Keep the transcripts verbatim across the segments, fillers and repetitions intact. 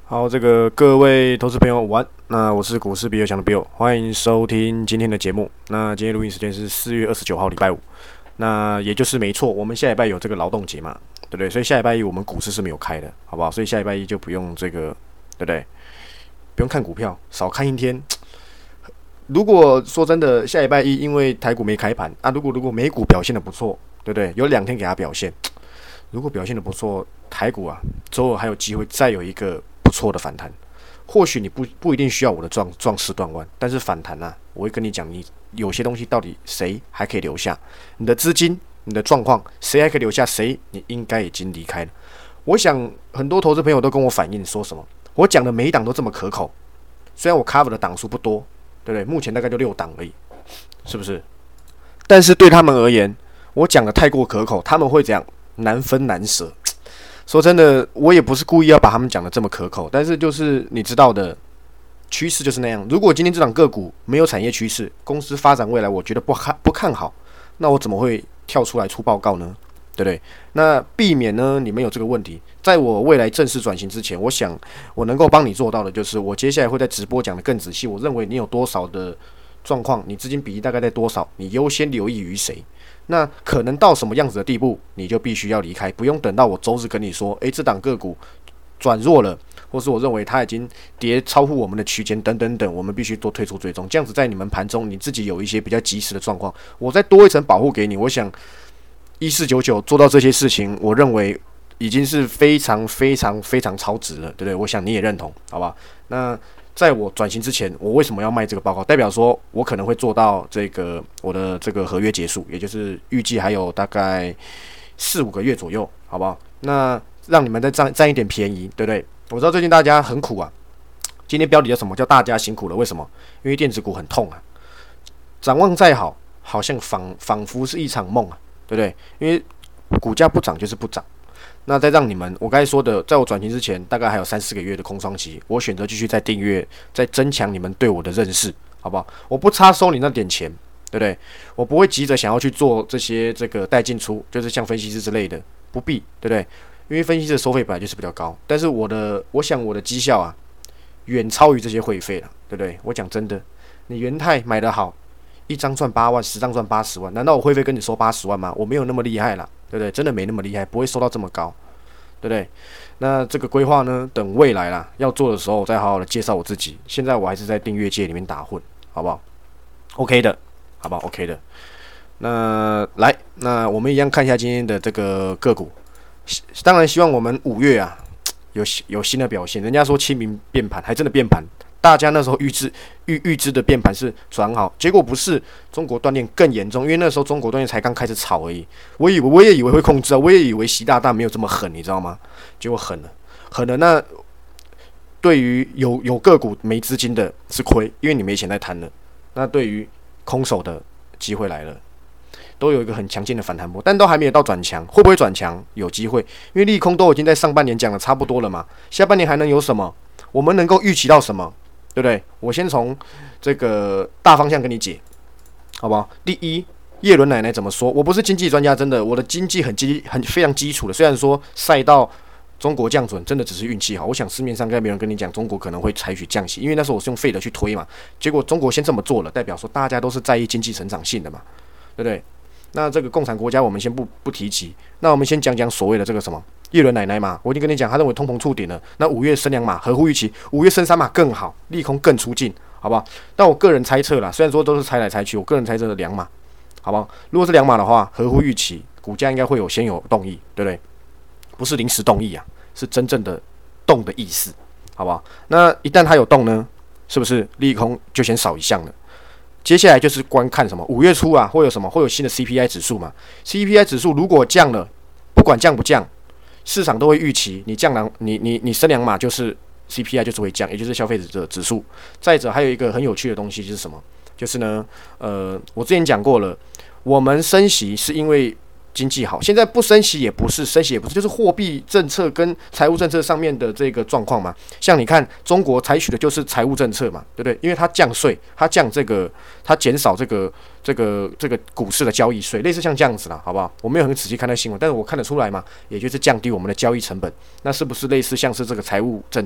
好，这个各位投资朋友午安。那我是股市比尔强的 Bill， 欢迎收听今天的节目。那今天录音时间是四月二十九号礼拜五，那也就是没错，我们下礼拜有这个劳动节嘛，对不对？所以下礼拜一我们股市是没有开的，好不好？所以下礼拜一就不用这个，对不对？不用看股票，少看一天。如果说真的，下礼拜一因为台股没开盘啊，如果如果美股表现的不错，对不对？有两天给它表现，如果表现的不错，台股啊，周二还有机会再有一个不错的反弹。或许你不不一定需要我的壮壮士断腕，但是反弹啊，我会跟你讲，你有些东西到底谁还可以留下？你的资金、你的状况，谁还可以留下？谁你应该已经离开了。我想很多投资朋友都跟我反映说什么，我讲的每一档都这么可口，虽然我 cover 的档数不多，对不对？目前大概就六档而已，是不是？但是对他们而言，我讲的太过可口，他们会怎样？难分难舍。说真的，我也不是故意要把他们讲的这么可口，但是就是你知道的，趋势就是那样。如果今天这档个股没有产业趋势，公司发展未来我觉得不看不看好，那我怎么会跳出来出报告呢？对不对？那避免呢你们有这个问题，在我未来正式转型之前，我想我能够帮你做到的就是，我接下来会在直播讲的更仔细。我认为你有多少的状况，你资金比例大概在多少，你优先留意于谁？那可能到什么样子的地步，你就必须要离开，不用等到我周日跟你说，诶，这档个股转弱了，或是我认为它已经跌超乎我们的区间，等等等，我们必须多退出追踪。这样子在你们盘中你自己有一些比较及时的状况，我再多一层保护给你。我想一四九九做到这些事情，我认为已经是非常非常非常超值了，对不对？我想你也认同，好吧？那在我转型之前，我为什么要卖这个报告？代表说我可能会做到这个我的这个合约结束，也就是预计还有大概四五个月左右，好不好？那让你们再占占一点便宜，对不对？我知道最近大家很苦啊，今天标题叫什么？叫大家辛苦了。为什么？因为电子股很痛啊，展望再好，好像仿仿佛是一场梦啊，对不对？因为股价不涨就是不涨。那再让你们，我刚才说的，在我转型之前，大概还有三四个月的空窗期，我选择继续再订阅，再增强你们对我的认识，好不好？我不差收你那点钱，对不对？我不会急着想要去做这些这个带进出，就是像分析师之类的，不必，对不对？因为分析师的收费本来就是比较高，但是我的，我想我的绩效啊，远超于这些会费了，对不对？我讲真的，你元泰买得好，一张赚八万，十张赚八十万，难道我会费跟你收八十万吗？我没有那么厉害啦。对不对？真的没那么厉害，不会收到这么高，对不对？那这个规划呢，等未来啦要做的时候，我再好好的介绍我自己。现在我还是在订阅界里面打混，好不好 ？OK 的，好不好 ？OK 的。那来，那我们一样看一下今天的这个个股。当然，希望我们五月啊有有新的表现。人家说清明变盘，还真的变盘。大家那时候预知预预知的变盘是转好，结果不是，中国断链更严重，因为那时候中国断链才刚开始炒而已。我以为我也以为会控制啊，我也以为习大大没有这么狠，你知道吗？结果狠了，狠了。那对于有有个股没资金的是亏，因为你没钱在摊了。那对于空手的机会来了，都有一个很强劲的反弹波，但都还没有到转强，会不会转强？有机会，因为利空都已经在上半年讲的差不多了嘛，下半年还能有什么？我们能够预期到什么？对不对？我先从这个大方向跟你解，好不好？第一，叶伦奶奶怎么说？我不是经济专家，真的，我的经济很基很非常基础的。虽然说赛道中国降准真的只是运气好，我想市面上应该没人跟你讲中国可能会采取降息，因为那时候我是用费的去推嘛，结果中国先这么做了，代表说大家都是在意经济成长性的嘛，对不对？那这个共产国家我们先不不提及，那我们先讲讲所谓的这个什么叶伦奶奶嘛，我已经跟你讲，他认为通膨触顶了，那五月升两码合乎预期，五月升三码更好，利空更出尽，好不好？但我个人猜测啦，虽然说都是猜来猜去，我个人猜测的两码，好不好？如果是两码的话，合乎预期，股价应该会有先有动意，对不对？不是临时动意啊，是真正的动的意思，好不好？那一旦它有动呢，是不是利空就先少一项了？接下来就是观看什么？五月初啊，会有什么？会有新的 C P I 指数嘛 ？C P I 指数如果降了，不管降不降，市场都会预期你降两，你你你升两码就是 C P I 就是会降，也就是消费者指数。再者，还有一个很有趣的东西就是什么？就是呢，呃，我之前讲过了，我们升息是因为经济好，现在不升息也不是，升息也不是，就是货币政策跟财务政策上面的这个状况嘛。像你看，中国采取的就是财务政策嘛，对不对？因为它降税，它降这个，它减少这个这个这个股市的交易税，类似像这样子啦，好不好？我没有很仔细看那新闻，但是我看得出来嘛，也就是降低我们的交易成本。那是不是类似像是这个财务政策？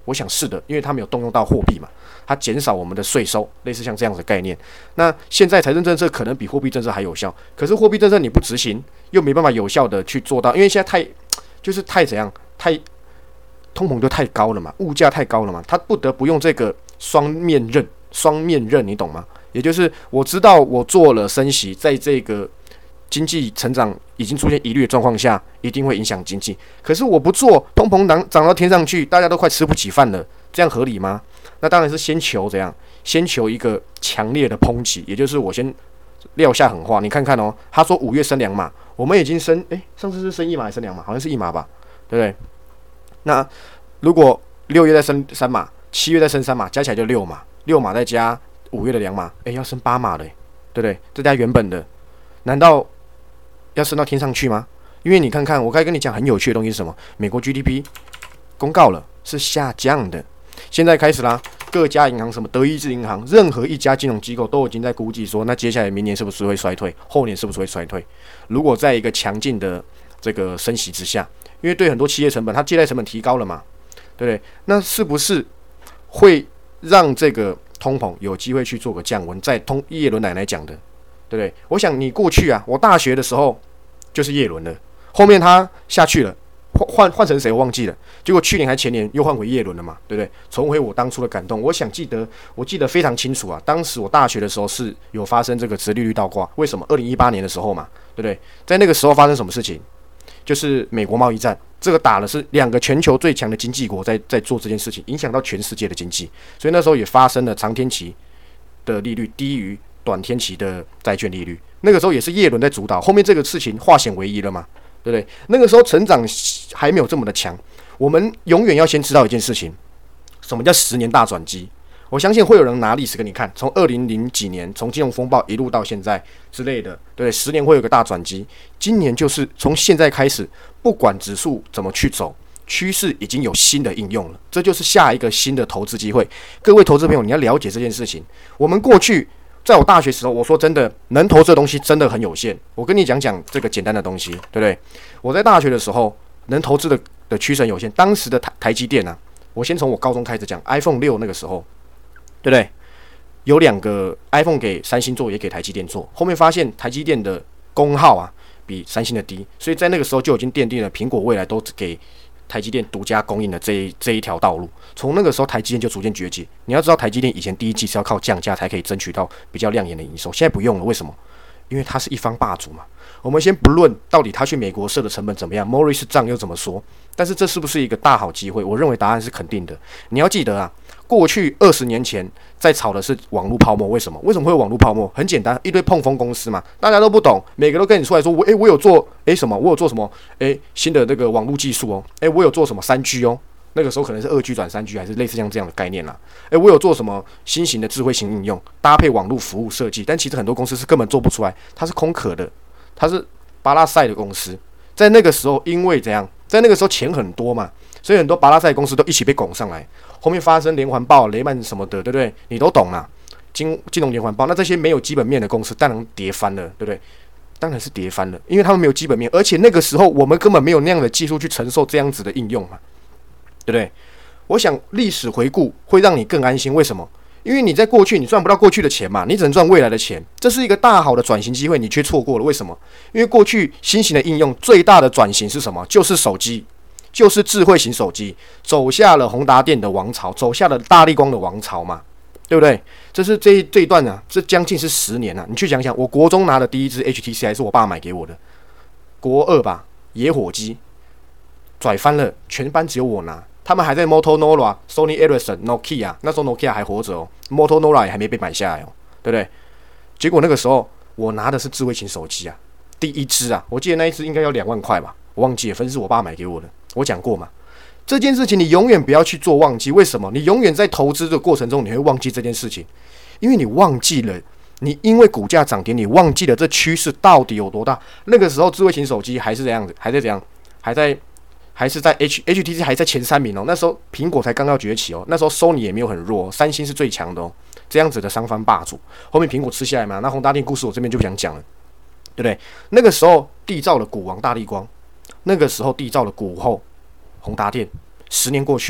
我想是的，因为它没有动用到货币嘛，它减少我们的税收，类似像这样子的概念。那现在财政政策可能比货币政策还有效，可是货币政策你不执行，又没办法有效的去做到，因为现在太就是太怎样，太通膨就太高了嘛，物价太高了嘛，它不得不用这个双面刃，双面刃，你懂吗？也就是我知道我做了升息，在这个经济成长已经出现疑虑的状况下，一定会影响经济。可是我不做，通膨涨涨到天上去，大家都快吃不起饭了，这样合理吗？那当然是先求怎样，先求一个强烈的抨击，也就是我先撂下狠话。你看看哦，他说五月升两码，我们已经升，诶，上次是升一码还是升两码？好像是一码吧，对不对？那如果六月再升三码，七月再升三码，加起来就六码，六码再加五月的两码，诶，要升八码了，对不对？这加原本的，难道要升到天上去吗？因为你看看，我该跟你讲很有趣的东西是什么？美国 G D P 公告了是下降的，现在开始啦，各家银行什么德意志银行，任何一家金融机构都已经在估计说，那接下来明年是不是会衰退，后年是不是会衰退？如果在一个强劲的这个升息之下，因为对很多企业成本，它借贷成本提高了嘛，对不对？那是不是会让这个通膨有机会去做个降温？在通叶伦奶奶讲的，对不对？我想你过去啊，我大学的时候就是叶伦了，后面他下去了，换换成谁我忘记了。结果去年还前年又换回叶伦了嘛，对不对？重回我当初的感动。我想记得，我记得非常清楚啊。当时我大学的时候是有发生这个殖利率倒挂，为什么？二零一八年的时候嘛，对不对？在那个时候发生什么事情？就是美国贸易战，这个打的是两个全球最强的经济国在在做这件事情，影响到全世界的经济，所以那时候也发生了长天期的利率低于短天期的债券利率。那个时候也是叶伦在主导，后面这个事情化险为夷了嘛，对不对？那个时候成长还没有这么的强，我们永远要先知道一件事情，什么叫十年大转机？我相信会有人拿历史给你看，从二零零几年，从金融风暴一路到现在之类的，对不对？十年会有个大转机。今年就是从现在开始，不管指数怎么去走，趋势已经有新的应用了，这就是下一个新的投资机会。各位投资朋友，你要了解这件事情。我们过去在我大学时候，我说真的，能投资的东西真的很有限。我跟你讲讲这个简单的东西，对不对？我在大学的时候，能投资的的趋势很有限。当时的台台积电啊，我先从我高中开始讲 ，iPhone 六那个时候。对不对？有两个 iPhone 给三星做，也给台积电做。后面发现台积电的功耗啊比三星的低，所以在那个时候就已经奠定了苹果未来都给台积电独家供应的这一这一条道路。从那个时候，台积电就逐渐崛起。你要知道，台积电以前第一季是要靠降价才可以争取到比较亮眼的营收，现在不用了。为什么？因为它是一方霸主嘛。我们先不论到底他去美国设的成本怎么样 ，Morris 账又怎么说，但是这是不是一个大好机会？我认为答案是肯定的。你要记得啊。过去二十年前在炒的是网络泡沫，为什么？为什么会有网络泡沫？很简单，一堆碰风公司嘛，大家都不懂，每个都跟你出来说，我诶、欸，我有做诶、欸、什么，我有做什么诶、欸、新的这个网络技术哦，诶、欸、我有做什么三 G 哦，那个时候可能是二 G 转三 G， 还是类似像这样的概念啦。诶、欸、我有做什么新型的智慧型应用，搭配网络服务设计，但其实很多公司是根本做不出来，它是空壳的，它是巴拉塞的公司。在那个时候，因为怎样，在那个时候钱很多嘛，所以很多巴拉塞公司都一起被拱上来。后面发生连环爆、雷曼什么的，对不对？你都懂啦。金金融连环爆，那这些没有基本面的公司，当然跌翻了，对不对？当然是跌翻了，因为他们没有基本面，而且那个时候我们根本没有那样的技术去承受这样子的应用嘛，对不对？我想历史回顾会让你更安心，为什么？因为你在过去你赚不到过去的钱嘛，你只能赚未来的钱，这是一个大好的转型机会，你却错过了，为什么？因为过去新型的应用最大的转型是什么？就是手机。就是智慧型手机走下了宏达电的王朝，走下了大立光的王朝嘛，对不对？这是这一这一段啊，这将近是十年啊。你去想想，我国中拿的第一支 H T C 还是我爸买给我的，国二吧，野火机拽翻了，全班只有我拿。他们还在 Motorola、Sony Ericsson、Nokia， 那时候 Nokia 还活着哦 ，Motorola 也还没被买下来哦，对不对？结果那个时候我拿的是智慧型手机啊，第一支啊，我记得那一支应该要两万块吧，我忘记了，反正是我爸买给我的。我讲过嘛，这件事情你永远不要去做忘记。为什么？你永远在投资的过程中，你会忘记这件事情，因为你忘记了，你因为股价涨跌，你忘记了这趋势到底有多大。那个时候，智慧型手机还是这样子，还在怎样，还在，还是在 H HTC 还在前三名哦。那时候苹果才刚要崛起哦，那时候 Sony 也没有很弱，三星是最强的哦。这样子的商方霸主，后面苹果吃下来嘛，那宏达电故事我这边就不想讲了，对不对？那个时候缔造了股王大立光。那个时候缔造了股后宏达电，十年过去了，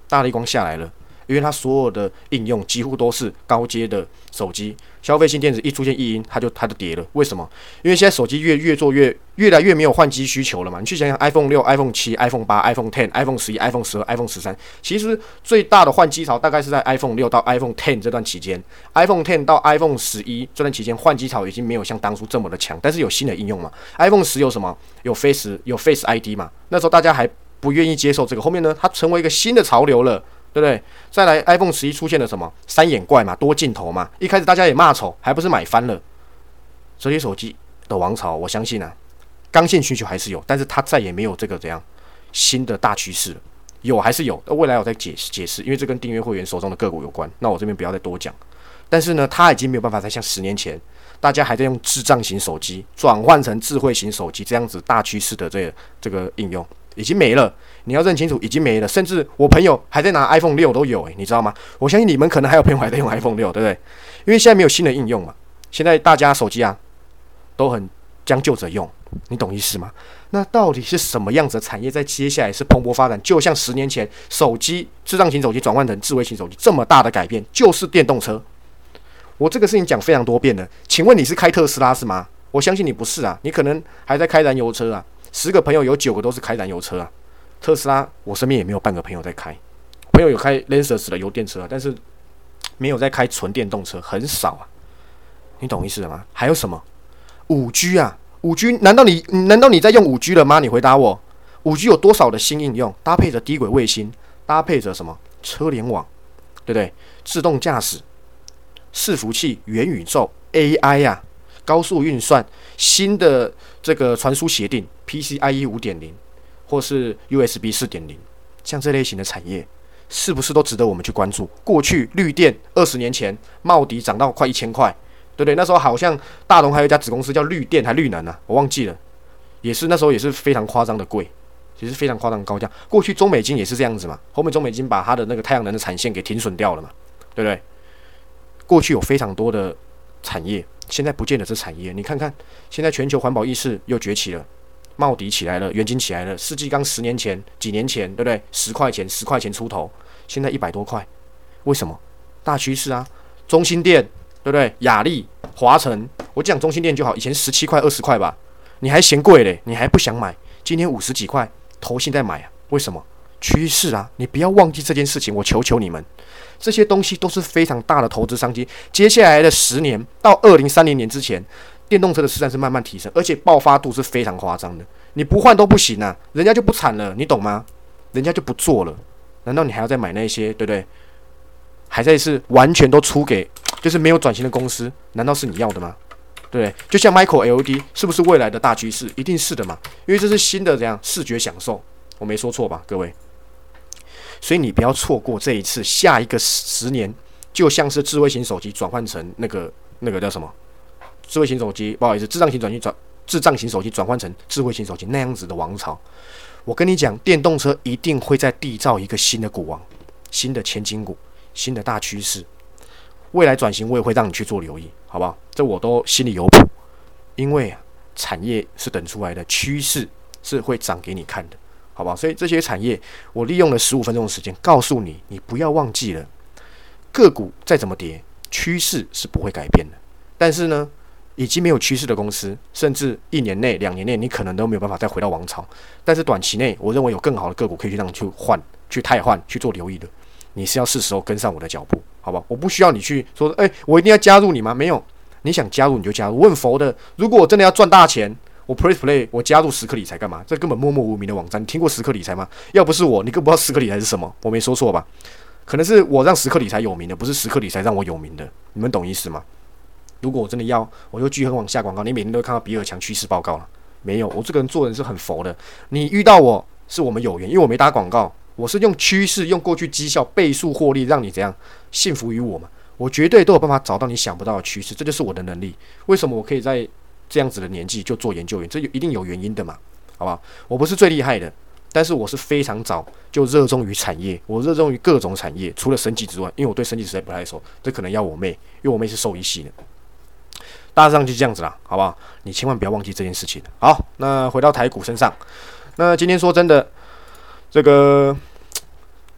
大立光下来了，因为它所有的应用几乎都是高阶的手机，消费性电子一出现异音，它就它就跌了。为什么？因为现在手机越越做越越来越没有换机需求了嘛。你去想想 ，iPhone 六、iPhone 七、iPhone 八、iPhone Ten、iPhone 十一、iPhone 十二、iPhone 十三，其实最大的换机潮大概是在 iPhone 六到 iPhone Ten 这段期间 ，iPhone Ten 到 iPhone 十一这段期间换机潮已经没有像当初这么的强，但是有新的应用嘛。iPhone 十有什么？有 Face 有 Face I D 嘛？那时候大家还不愿意接受这个，后面呢，它成为一个新的潮流了。对不对？再来 ，iPhone 十一出现了什么三眼怪嘛，多镜头嘛，一开始大家也骂丑，还不是买翻了。折叠手机的王朝，我相信啊，刚性需求还是有，但是它再也没有这个怎样新的大趋势了。有还是有，未来我再解释解释，因为这跟订阅会员手中的个股有关。那我这边不要再多讲。但是呢，它已经没有办法再像十年前，大家还在用智障型手机转换成智慧型手机这样子大趋势的这个这个应用。已经没了，你要认清楚，已经没了。甚至我朋友还在拿 iPhone 六都有、欸，你知道吗？我相信你们可能还有朋友还在用 iPhone 六，对不对？因为现在没有新的应用嘛。现在大家手机啊都很将就着用，你懂意思吗？那到底是什么样子的产业在接下来是蓬勃发展？就像十年前手机智障型手机转换成智慧型手机这么大的改变，就是电动车。我这个事情讲非常多遍了，请问你是开特斯拉是吗？我相信你不是啊，你可能还在开燃油车啊。十个朋友有九个都是开燃油车啊，特斯拉我身边也没有半个朋友在开，朋友有开 Lexus 的油电车啊，但是没有在开纯电动车，很少啊，你懂意思了吗？还有什么 五 G 啊 ，五 G 难道你难道你在用 五 G 了吗？你回答我 ，五 G 有多少的新应用？搭配着低轨卫星，搭配着什么车联网，对不对？自动驾驶、伺服器、元宇宙、A I 啊。高速运算、新的这个传输协定 P C I E 五点零 或是 U S B 四点零，像这类型的产业，是不是都值得我们去关注？过去绿电二十年前，茂迪涨到快一千块，对不对？那时候好像大同还有一家子公司叫绿电还绿能啊，我忘记了，也是那时候也是非常夸张的贵，也是非常夸张的高价。过去中美金也是这样子嘛，后面中美金把它的那个太阳能的产线给停损掉了嘛，对不对？过去有非常多的产业。现在不见得是产业，你看看，现在全球环保意识又崛起了，茂迪起来了，元晶起来了，世纪钢十年前、几年前，对不对？十块钱、十块钱出头，现在一百多块，为什么？大趋势啊！中兴电，对不对？亚力、华城，我讲中兴电就好，以前十七块、二十块吧，你还嫌贵嘞，你还不想买，今天五十几块，投信在买啊？为什么？趋势啊！你不要忘记这件事情，我求求你们。这些东西都是非常大的投资商机。接下来的十年到二零三零年之前，电动车的市占是慢慢提升，而且爆发度是非常夸张的。你不换都不行啊，人家就不产了，你懂吗？人家就不做了，难道你还要再买那些，对不对？还在是完全都出给就是没有转型的公司，难道是你要的吗？对不对？就像 Micro L E D 是不是未来的大趋势？一定是的嘛，因为这是新的怎样视觉享受，我没说错吧，各位？所以你不要错过这一次，下一个十年就像是智慧型手机转换成那个那个叫什么？智慧型手机，不好意思，智障型转机转智障型手机转换成智慧型手机那样子的王朝。我跟你讲，电动车一定会在缔造一个新的股王，新的千金股，新的大趋势。未来转型我也会让你去做留意，好不好？这我都心里有谱，因为啊，产业是等出来的，趋势是会涨给你看的。好不好？所以这些产业，我利用了十五分钟的时间告诉你，你不要忘记了，个股再怎么跌，趋势是不会改变的。但是呢，已经没有趋势的公司，甚至一年内、两年内，你可能都没有办法再回到王朝。但是短期内，我认为有更好的个股可以去让你去换、去汰换、去做留意的。你是要是时候跟上我的脚步，好不好？我不需要你去说，哎、欸，我一定要加入你吗？没有，你想加入你就加入。我很佛的，如果我真的要赚大钱。我 Press Play， 我加入时刻理财干嘛？这根本默默无名的网站，你听过时刻理财吗？要不是我，你更不知道时刻理财是什么。我没说错吧？可能是我让时刻理财有名的，不是时刻理财让我有名的。你们懂意思吗？如果我真的要，我就巨亨网下广告，你每天都会看到比尔强趋势报告了。没有，我这个人做人是很佛的。你遇到我是我们有缘，因为我没打广告，我是用趋势、用过去绩效倍数获利，让你怎样信服于我嘛？我绝对都有办法找到你想不到的趋势，这就是我的能力。为什么我可以在这样子的年纪就做研究员，这一定有原因的嘛，好不好？我不是最厉害的，但是我是非常早就热衷于产业，我热衷于各种产业，除了生技之外，因为我对生技实在不太熟，这可能要我妹，因为我妹是兽医系的。大致上就这样子啦，好不好？你千万不要忘记这件事情。好，那回到台股身上，那今天说真的，这个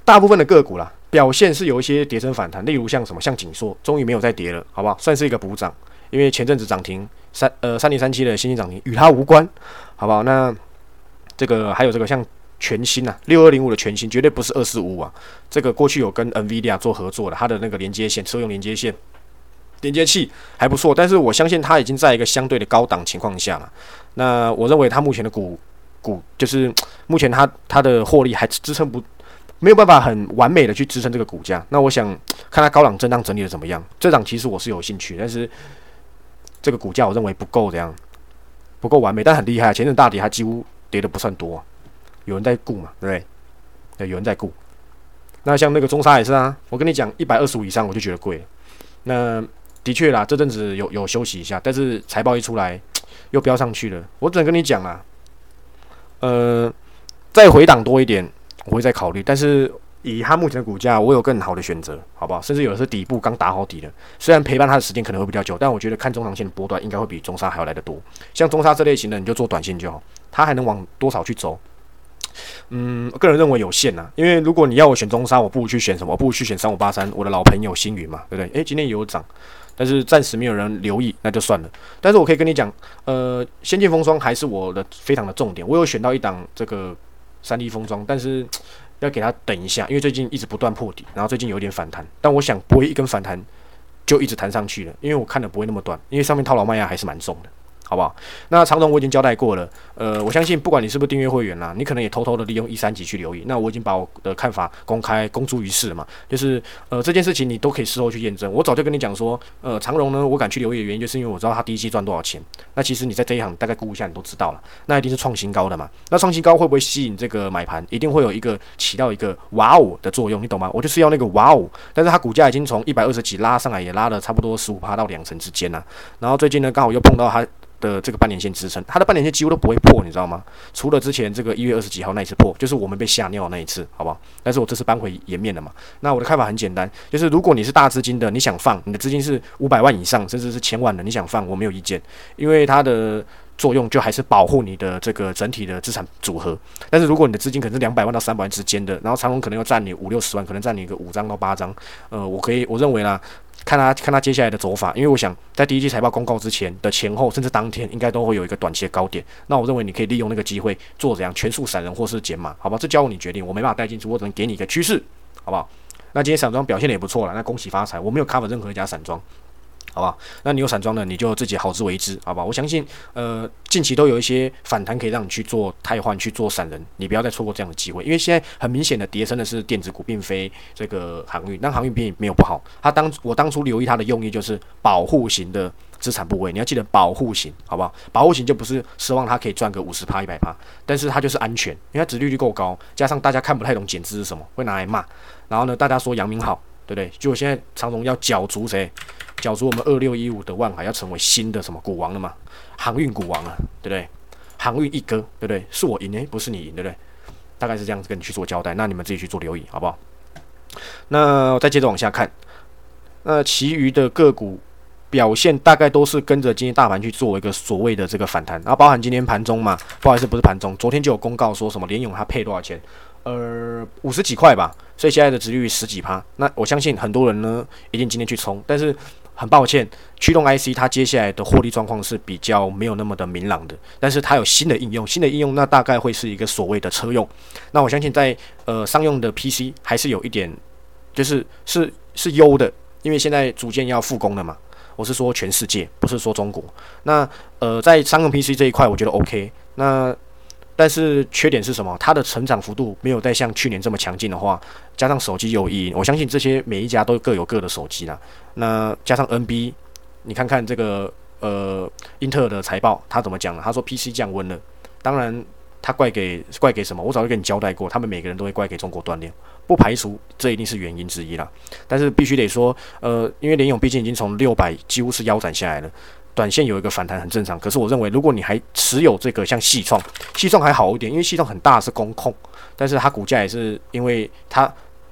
大部分的个股啦，表现是有一些跌升反弹，例如像什么像景硕，终于没有再跌了，好不好？算是一个补涨，因为前阵子涨停三呃三零三七的新兴涨停与它无关，好不好？那这个还有这个像全新啊，六二零五的全新绝对不是二四五啊，这个过去有跟 NVIDIA 做合作的，它的那个连接线车用连接线。连接器还不错，但是我相信它已经在一个相对的高档情况下了。那我认为它目前的股股就是目前它它的获利还支撑不没有办法很完美的去支撑这个股价。那我想看它高档震荡整理的怎么样。这档其实我是有兴趣，但是这个股价我认为不够这样，不够完美，但很厉害。前阵大跌它几乎跌的不算多、啊，有人在顾嘛，对不对？对，有人在顾。那像那个中沙也是啊，我跟你讲，一百二十五以上我就觉得贵了。那的确啦，这阵子有有休息一下，但是财报一出来又飙上去了。我只能跟你讲啦，呃，再回档多一点，我会再考虑。但是以它目前的股价，我有更好的选择，好不好？甚至有的是底部刚打好底的，虽然陪伴它的时间可能会比较久，但我觉得看中长线的波段应该会比中沙还要来得多。像中沙这类型的，你就做短线就好，它还能往多少去走？嗯，个人认为有限呐、啊，因为如果你要我选中沙，我不如去选什么？我不如去选三五八三，我的老朋友星云嘛，对不对？诶，今天也有涨，但是暂时没有人留意，那就算了。但是我可以跟你讲，呃，先进封装还是我的非常的重点。我有选到一档这个三 D 封装，但是要给它等一下，因为最近一直不断破底，然后最近有点反弹，但我想不会一根反弹就一直弹上去了，因为我看的不会那么短，因为上面套牢卖压还是蛮重的。好不好？那长荣我已经交代过了，呃，我相信不管你是不是订阅会员啦，你可能也偷偷的利用一三级去留意。那我已经把我的看法公开公诸于世了嘛，就是呃这件事情你都可以事后去验证。我早就跟你讲说，呃，长荣呢，我敢去留意的原因，就是因为我知道它第一季赚多少钱。那其实你在这一行大概估一下，你都知道了，那一定是创新高的嘛。那创新高会不会吸引这个买盘？一定会有一个起到一个哇哦的作用，你懂吗？我就是要那个哇哦，但是它股价已经从一百二十几拉上来，也拉了差不多十五趴到两成之间啦。然后最近呢，刚好又碰到它的这个半年线支撑，它的半年线几乎都不会破，你知道吗？除了之前这个一月二十几号那一次破，就是我们被吓尿的那一次，好不好？但是我这次扳回颜面了嘛。那我的看法很简单，就是如果你是大资金的，你想放，你的资金是五百万以上，甚至是千万的，你想放，我没有意见，因为它的作用就还是保护你的这个整体的资产组合。但是如果你的资金可能是两百万到三百万之间的，然后长荣可能要占你五六十万，可能占你一个五张到八张，呃，我可以我认为啦。看他看他接下来的走法，因为我想在第一季财报公告之前的前后，甚至当天应该都会有一个短期的高点。那我认为你可以利用那个机会做怎样全数闪人或是减码，好吧？这交由你决定，我没办法带进去，我只能给你一个趋势，好不好？那今天散装表现的也不错了，那恭喜发财，我没有 cover 任何一家散装。好不好？那你有散装的，你就自己好自为之，好不好？我相信，呃，近期都有一些反弹可以让你去做汰换、去做散人，你不要再错过这样的机会，因为现在很明显的跌升的是电子股，并非这个航运。那航运并没有不好，它当我当初留意它的用意就是保护型的资产部位，你要记得保护型，好不好？保护型就不是奢望它可以赚个五十趴、一百趴，但是它就是安全，因为它殖利率够高，加上大家看不太懂减资是什么，会拿来骂，然后呢，大家说阳明好。对不对？就现在长荣要角逐谁？角逐我们二六一五的万海要成为新的什么股王了嘛？航运股王啊，对不对？航运一哥，对不对？是我赢诶，不是你赢，对不对？大概是这样子跟你去做交代，那你们自己去做留意，好不好？那我再接着往下看，那其余的个股表现大概都是跟着今天大盘去做一个所谓的这个反弹，然后包含今天盘中嘛，不好意思，不是盘中，昨天就有公告说什么联咏它配多少钱？呃，五十几块吧，所以现在的殖利率十几趴。那我相信很多人呢，一定今天去冲，但是很抱歉，驱动 I C 它接下来的获利状况是比较没有那么的明朗的，但是它有新的应用，新的应用那大概会是一个所谓的车用。那我相信在呃商用的 P C 还是有一点，就是是是优的，因为现在逐渐要复工了嘛。我是说全世界，不是说中国。那呃，在商用 P C 这一块，我觉得 OK。那但是缺点是什么？它的成长幅度没有再像去年这么强劲的话，加上手机有意义，我相信这些每一家都各有各的手机啦。那加上 N B， 你看看这个呃英特尔的财报，他怎么讲呢？他说 P C 降温了，当然他怪给怪给什么？我早就跟你交代过，他们每个人都会怪给中国断链，不排除这一定是原因之一啦。但是必须得说，呃，因为联咏毕竟已经从六百几乎是腰斩下来了。短线有一个反弹很正常，可是我认为，如果你还持有这个像细创，细创还好一点，因为细创很大是工控，但是它股价也是因为它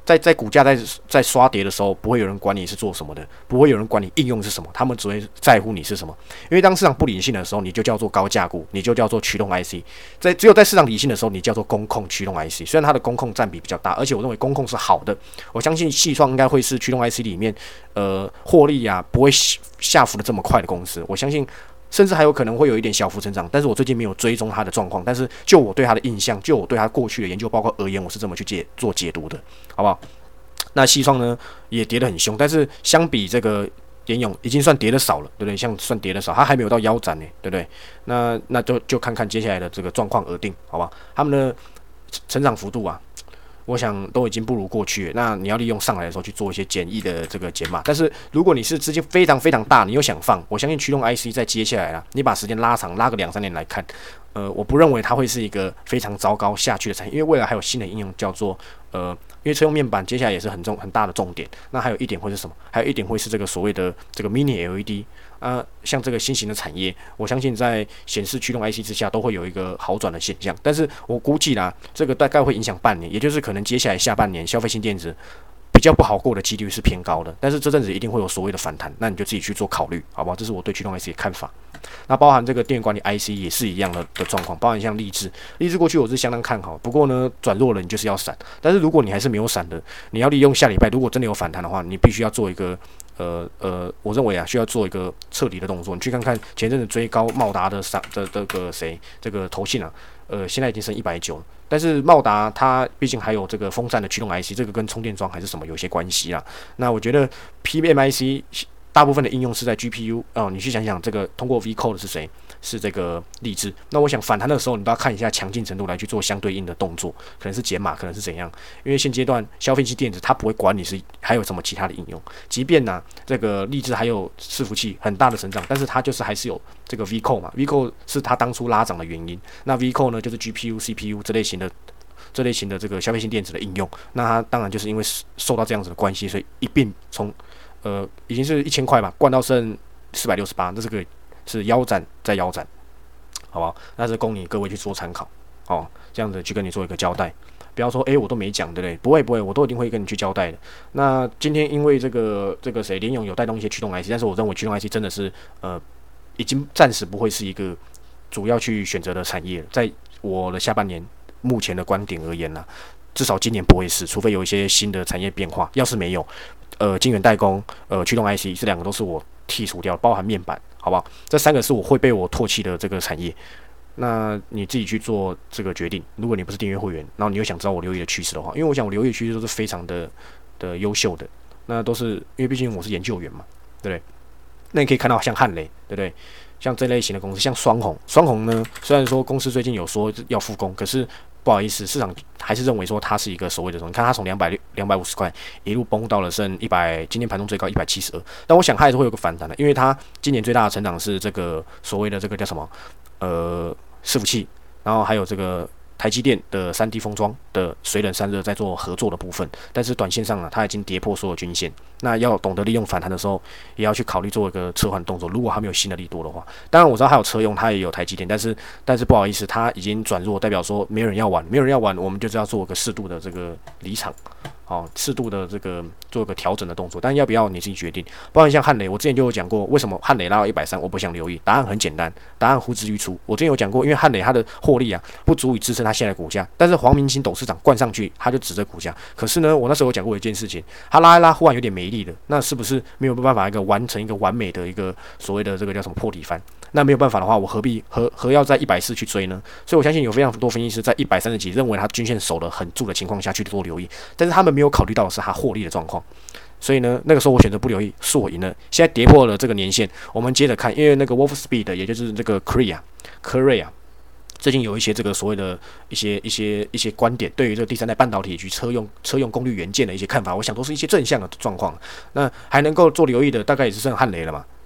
在在股价在在刷跌的时候，不会有人管你是做什么的，不会有人管你应用是什么，他们只会在乎你是什么。因为当市场不理性的时候，你就叫做高价股，你就叫做驱动 I C。在只有在市场理性的时候，你叫做工控驱动 I C。虽然它的工控占比比较大，而且我认为工控是好的，我相信矽创应该会是驱动 I C 里面呃获利啊不会下浮的这么快的公司。我相信。甚至还有可能会有一点小幅成长，但是我最近没有追踪它的状况。但是就我对它的印象，就我对它过去的研究报告而言，我是这么去解做解读的，好不好？那矽创呢也跌得很凶，但是相比这个联咏已经算跌得少了，对不对？像算跌得少，它还没有到腰斩呢，对不对？那那就就看看接下来的这个状况而定，好吧？他们的成长幅度啊。我想都已经不如过去了，那你要利用上来的时候去做一些简易的这个减码。但是如果你是资金非常非常大，你又想放，我相信驱动 I C 在接下来啊，你把时间拉长，拉个两三年来看，呃，我不认为它会是一个非常糟糕下去的产业，因为未来还有新的应用叫做呃，因为车用面板接下来也是很重很大的重点。那还有一点会是什么？还有一点会是这个所谓的这个 Mini L E D。啊，像这个新型的产业，我相信在显示驱动 I C 之下都会有一个好转的现象。但是我估计啦，这个大概会影响半年，也就是可能接下来下半年消费性电子比较不好过的几率是偏高的。但是这阵子一定会有所谓的反弹，那你就自己去做考虑，好不好？这是我对驱动 I C 的看法。那包含这个电源管理 I C 也是一样的的状况，包含像立志，立志过去我是相当看好，不过呢转弱了你就是要闪。但是如果你还是没有闪的，你要利用下礼拜，如果真的有反弹的话，你必须要做一个。呃呃，我认为啊，需要做一个彻底的动作。你去看看前阵子追高茂达的上的这个谁，这个投信啊，呃，现在已经剩一百九了。但是茂达它毕竟还有这个风扇的驱动 I C， 这个跟充电桩还是什么有些关系啦。那我觉得 P M I C 大部分的应用是在 G P U 哦，你去想想这个通过 V Code 的是谁？是这个立志。那我想反弹的时候，你都要看一下强劲程度来去做相对应的动作，可能是减码，可能是怎样。因为现阶段消费性电子它不会管你是还有什么其他的应用，即便呢、啊、这个立志还有伺服器很大的成长，但是它就是还是有这个 V Code 嘛 ，V Code 是它当初拉涨的原因。那 V Code 呢就是 G P U、C P U 这类型的。这类型的这个消费性电子的应用，那它当然就是因为受到这样子的关系，所以一并从呃已经是一千块吧，灌到剩四百六十八，这是个是腰斩再腰斩，好不好？那是供你各位去做参考，哦，这样子去跟你做一个交代，不要说诶我都没讲，对不对？不会不会，我都一定会跟你去交代的。那今天因为这个这个谁联咏有带动一些驱动 I C， 但是我认为驱动 I C 真的是呃已经暂时不会是一个主要去选择的产业了，在我的下半年。目前的观点而言呢，至少今年不会是，除非有一些新的产业变化。要是没有，呃，晶圆代工、呃，驱动 I C 这两个都是我剔除掉，包含面板，好不好？这三个是我会被我唾弃的这个产业。那你自己去做这个决定。如果你不是订阅会员，然后你又想知道我留意的趋势的话，因为我想我留意的趋势都是非常的的优秀的，那都是因为毕竟我是研究员嘛，对不对？那你可以看到像汉雷，对不对？像这类型的公司，像双红，双红呢，虽然说公司最近有说要复工，可是不好意思，市场还是认为说它是一个所谓的什么？你看它从两百两百五十块一路崩到了剩一百，今天盘中最高一百七十二，但我想它还是会有个反弹的，因为它今年最大的成长是这个所谓的这个叫什么？呃，伺服器，然后还有这个。台积电的 三 D 封装的水冷散热在做合作的部分，但是短线上呢，它已经跌破所有均线。那要懂得利用反弹的时候，也要去考虑做一个撤换动作。如果它没有新的利多的话，当然我知道它有车用，它也有台积电，但是但是不好意思，它已经转弱，代表说没有人要玩，没有人要玩，我们就是要做一个适度的这个离场。好，适度的这个做一个调整的动作，但要不要你自己决定。包括像汉雷，我之前就有讲过，为什么汉雷拉到一百三，我不想留意。答案很简单，答案呼之欲出。我之前有讲过，因为汉雷它的获利啊，不足以支撑它现在的股价。但是黄明星董事长灌上去，他就指着股价。可是呢，我那时候有讲过一件事情，他拉一拉，忽然有点没力了，那是不是没有办法一个完成一个完美的一个所谓的这个叫什么破底翻？那没有办法的话，我何必何何要在一百四去追呢？所以我相信有非常多分析师在一百三十几认为他均线守得很住的情况下去做留意，但是他们没有考虑到的是他获利的状况。所以呢，那个时候我选择不留意，是我赢了。现在跌破了这个年线，我们接着看，因为那个 Wolfspeed 也就是这个 Korea 科瑞啊。最近有一些这个所谓的一些一些一些观点，对于这个第三代半导体以及车用车用功率元件的一些看法，我想都是一些正向的状况。那还能够做留意的，大概也只剩汉雷了嘛。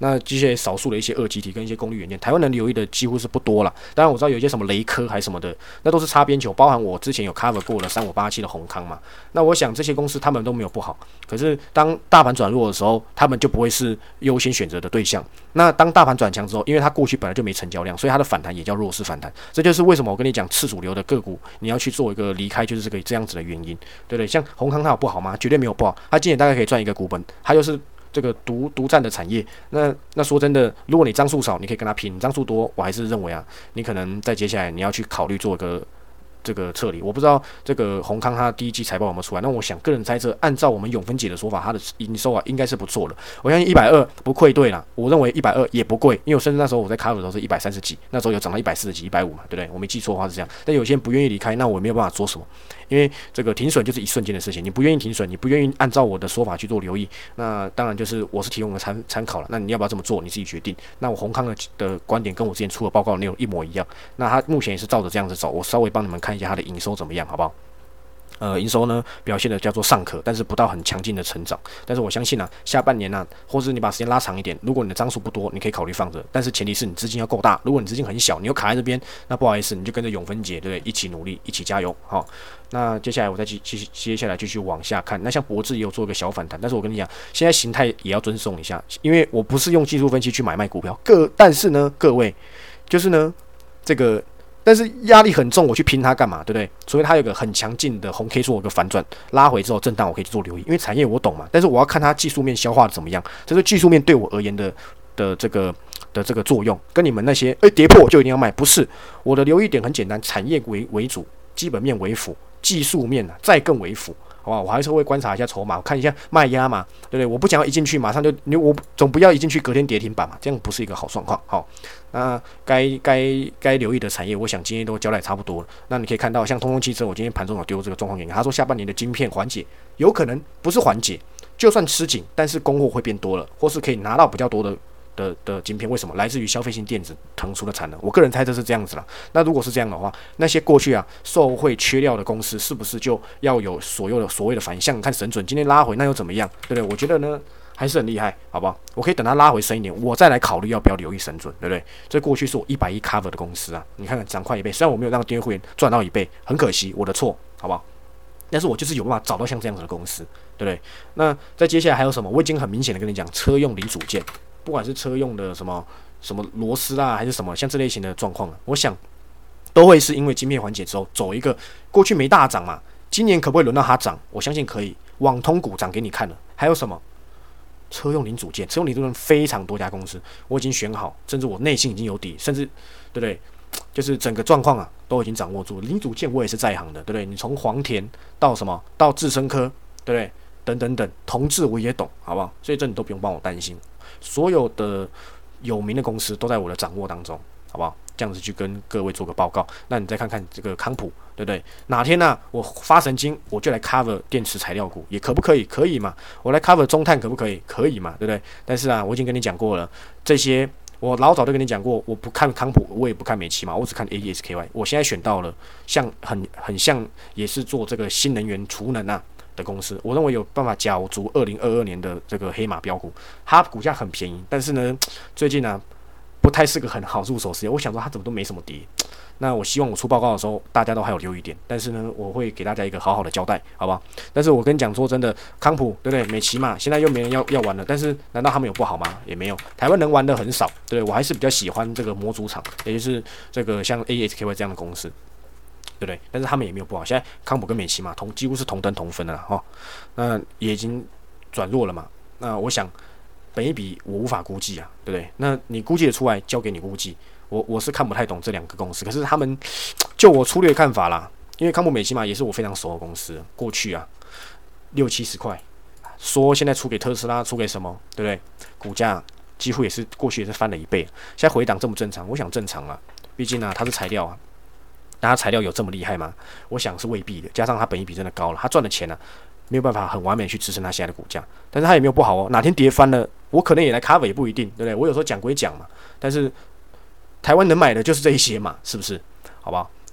那这些少数的一些二极体跟一些功率元件，台湾能留意的几乎是不多了。当然我知道有一些什么雷科还是什么的，那都是擦边球，包含我之前有 cover 过了三五八七的宏康嘛。那我想这些公司他们都没有不好，可是当大盘转弱的时候，他们就不会是优先选择的对象。那当大盘转强之后，因为它过去本来就没成交量，所以它的反弹也叫弱势反弹。这就是为什么我跟你讲次主流的个股你要去做一个离开，就是这个这样子的原因，对不对？像宏康它有不好吗？绝对没有不好，它今年大概可以赚一个股本，它又是这个独独占的产业。那那说真的，如果你张数少，你可以跟它拼；张数多，我还是认为啊，你可能在接下来你要去考虑做一个这个撤离。我不知道这个宏康它第一季财报有没有出来，那我想个人猜测，按照我们永芬姐的说法，它的营收啊应该是不错的。我相信一百二不愧对啦，我认为一百二也不贵，因为我甚至那时候我在 cover 的时候是一百三十几，那时候有涨到一百四十几、一百五嘛，对不对？我没记错的话是这样。但有些人不愿意离开，那我也没有办法做什么，因为这个停损就是一瞬间的事情，你不愿意停损，你不愿意按照我的说法去做留意，那当然就是我是提供个参参考了。那你要不要这么做，你自己决定。那我宏康的的观点跟我之前出的报告的内容一模一样，那他目前也是照着这样子走。我稍微帮你们看一下他的营收怎么样，好不好？呃，营收呢表现的叫做尚可，但是不到很强劲的成长。但是我相信啊，下半年啊，或是你把时间拉长一点，如果你的张数不多，你可以考虑放着。但是前提是你资金要够大。如果你资金很小，你又卡在这边，那不好意思，你就跟着永芬姐，对不对？一起努力，一起加油，好。那接下来我再继继接下来继续往下看。那像博智也有做一个小反弹，但是我跟你讲，现在形态也要尊重一下，因为我不是用技术分析去买卖股票，各但是呢，各位就是呢，这个。但是压力很重，我去拼它干嘛？对不对？除非它有个很强劲的红 K 做一个反转，拉回之后震荡，我可以去做留意，因为产业我懂嘛。但是我要看它技术面消化的怎么样，这是技术面对我而言的的这个的这个作用，跟你们那些诶跌破就一定要卖，不是。我的留意点很简单，产业为为主，基本面为辅，技术面啊再更为辅。好吧，我还是会观察一下筹码，我看一下卖压嘛，对不对？我不想要一进去马上就你，我总不要一进去隔天跌停板嘛，这样不是一个好状况。好，那该该该留意的产业，我想今天都交代差不多了。那你可以看到，像通通汽车，我今天盘中有丢这个状况给你，他说下半年的晶片缓解，有可能不是缓解，就算吃紧，但是供货会变多了，或是可以拿到比较多的。的的晶片为什么来自于消费性电子腾出的产能？我个人猜测是这样子啦。那如果是这样的话，那些过去啊受惠缺料的公司，是不是就要有所有的所谓的反应？像你看神准今天拉回，那又怎么样？对不对？我觉得呢还是很厉害，好不好？我可以等它拉回深一点，我再来考虑要不要留意神准，对不对？这过去是我一百亿 cover 的公司啊，你看看涨快一倍，虽然我没有让订阅会员赚到一倍，很可惜，我的错，好不好？但是我就是有办法找到像这样子的公司，对不对？那在接下来还有什么？我已经很明显的跟你讲，车用零组件。不管是车用的什么什么螺丝啦，还是什么像这类型的状况，我想都会是因为晶片缓解之后走一个过去没大涨嘛，今年可不可以轮到它涨？我相信可以。网通股涨给你看了，还有什么车用零组件？车用零组件非常多家公司，我已经选好，甚至我内心已经有底，甚至对不对？就是整个状况啊都已经掌握住。零组件我也是在行的，对不对？你从黄田到什么到智深科，对不对？等等等，同志我也懂，好不好？所以这你都不用帮我担心。所有的有名的公司都在我的掌握当中，好不好？这样子去跟各位做个报告。那你再看看这个康普，对不对？哪天呢、啊，我发神经，我就来 cover 电池材料股，也可不可以？可以嘛？我来 cover 中碳，可不可以？可以嘛？对不对？但是啊，我已经跟你讲过了，这些我老早就跟你讲过，我不看康普，我也不看美琪嘛，我只看 A E S K Y。我现在选到了像很很像，也是做这个新能源储能啊。的公司，我认为有办法角逐二零二二年的这个黑马标股，它股价很便宜，但是呢，最近呢、啊、不太是个很好入手时间。我想说它怎么都没什么跌，那我希望我出报告的时候大家都还有留意点，但是呢，我会给大家一个好好的交代，好不好？但是我跟你讲说真的，康普对不对？美琪嘛，现在又没人要要玩了，但是难道他们有不好吗？也没有，台湾人玩的很少，对不对？我还是比较喜欢这个模组厂，也就是这个像 A E S K Y 这样的公司。对不对？但是他们也没有不好。现在康普跟美琪嘛，同几乎是同登同分的啦，哈。那也已经转弱了嘛。那我想，本益比我无法估计啊，对不对？那你估计得出来，交给你估计。我我是看不太懂这两个公司，可是他们就我粗略看法啦，因为康普美琪嘛，也是我非常熟的公司，过去啊六七十块，说现在出给特斯拉，出给什么，对不对？股价几乎也是过去也是翻了一倍，现在回档这么正常，我想正常啊，毕竟啊它是材料啊。那它材料有这么厉害吗？我想是未必的。加上它本益比真的高了，它赚的钱呢、啊、没有办法很完美去支撑它现在的股价。但是它也没有不好哦，哪天跌翻了，我可能也来 cover 也不一定，对不对？我有时候讲归讲嘛，但是台湾能买的就是这一些嘛，是不是？好不好？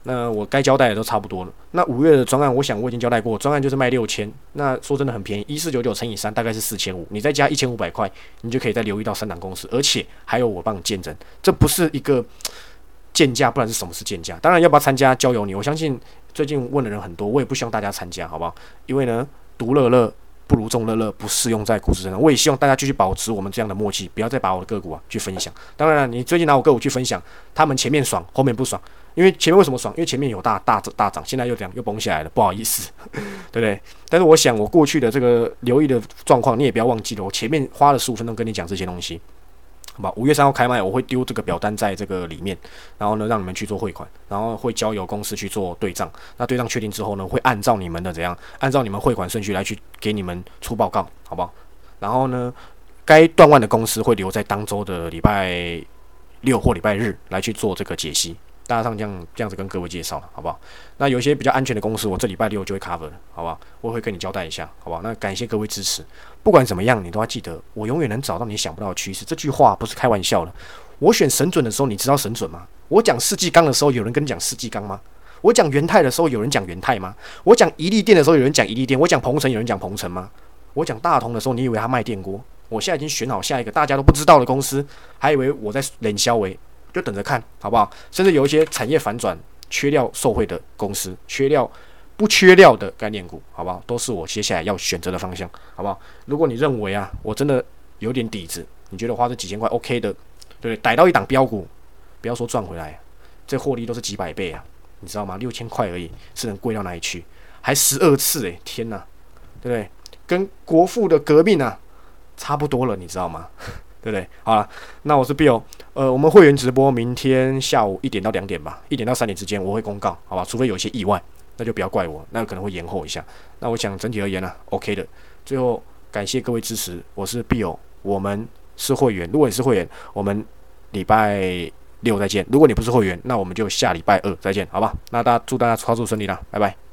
那我该交代的都差不多了。那五月的专案，我想我已经交代过，专案就是卖六千，那说真的很便宜，一四九九乘以三大概是四千五，你再加一千五百块，你就可以再留意到三档公司，而且还有我帮你见证，这不是一个贱价，不然是什么是贱价？当然要不要参加交由你，我相信最近问的人很多，我也不希望大家参加，好不好？因为呢，独乐乐不如众乐乐，不适用在股市身上。我也希望大家继续保持我们这样的默契，不要再把我的个股啊去分享。当然了，你最近拿我个股去分享，他们前面爽，后面不爽。因为前面为什么爽？因为前面有大大大涨，现在又这样又崩下来了，不好意思，对不对？但是我想我过去的这个留意的状况，你也不要忘记了，我前面花了十五分钟跟你讲这些东西。好吧，五月三号开卖，我会丢这个表单在这个里面，然后呢，让你们去做汇款，然后会交由公司去做对账。那对账确定之后呢，会按照你们的怎样，按照你们汇款顺序来去给你们出报告，好不好？然后呢，该断腕的公司会留在当周的礼拜六或礼拜日来去做这个解析。大致上这样这样子跟各位介绍了，好不好？那有一些比较安全的公司，我这礼拜六就会 cover 了，好不好？我会跟你交代一下，好不好？那感谢各位支持。不管怎么样，你都要记得，我永远能找到你想不到的趋势。这句话不是开玩笑的。我选神准的时候，你知道神准吗？我讲世纪钢的时候，有人跟你讲世纪钢吗？我讲元泰的时候，有人讲元泰吗？我讲宜利电的时候，有人讲宜利电？我讲鹏程，有人讲鹏程吗？我讲大同的时候，你以为他卖电锅？我现在已经选好下一个大家都不知道的公司，还以为我在冷销为。就等着看，好不好？甚至有一些产业反转、缺料受惠的公司，缺料不缺料的概念股，好不好？都是我接下来要选择的方向，好不好？如果你认为啊，我真的有点底子，你觉得花这几千块 OK 的，对不对？逮到一档标股，不要说赚回来，这获利都是几百倍啊，你知道吗？六千块而已，是能贵到哪里去？还十二次诶、欸，天哪，对不对？跟国父的革命啊差不多了，你知道吗？对不对？好了，那我是 Bill， 呃，我们会员直播明天下午一点到两点吧，一点到三点之间我会公告，好吧？除非有一些意外，那就不要怪我，那可能会延后一下。那我想整体而言呢、啊、，OK 的。最后感谢各位支持，我是 Bill， 我们是会员。如果你是会员，我们礼拜六再见；如果你不是会员，那我们就下礼拜二再见，好吧？那大家祝大家操作顺利啦，拜拜。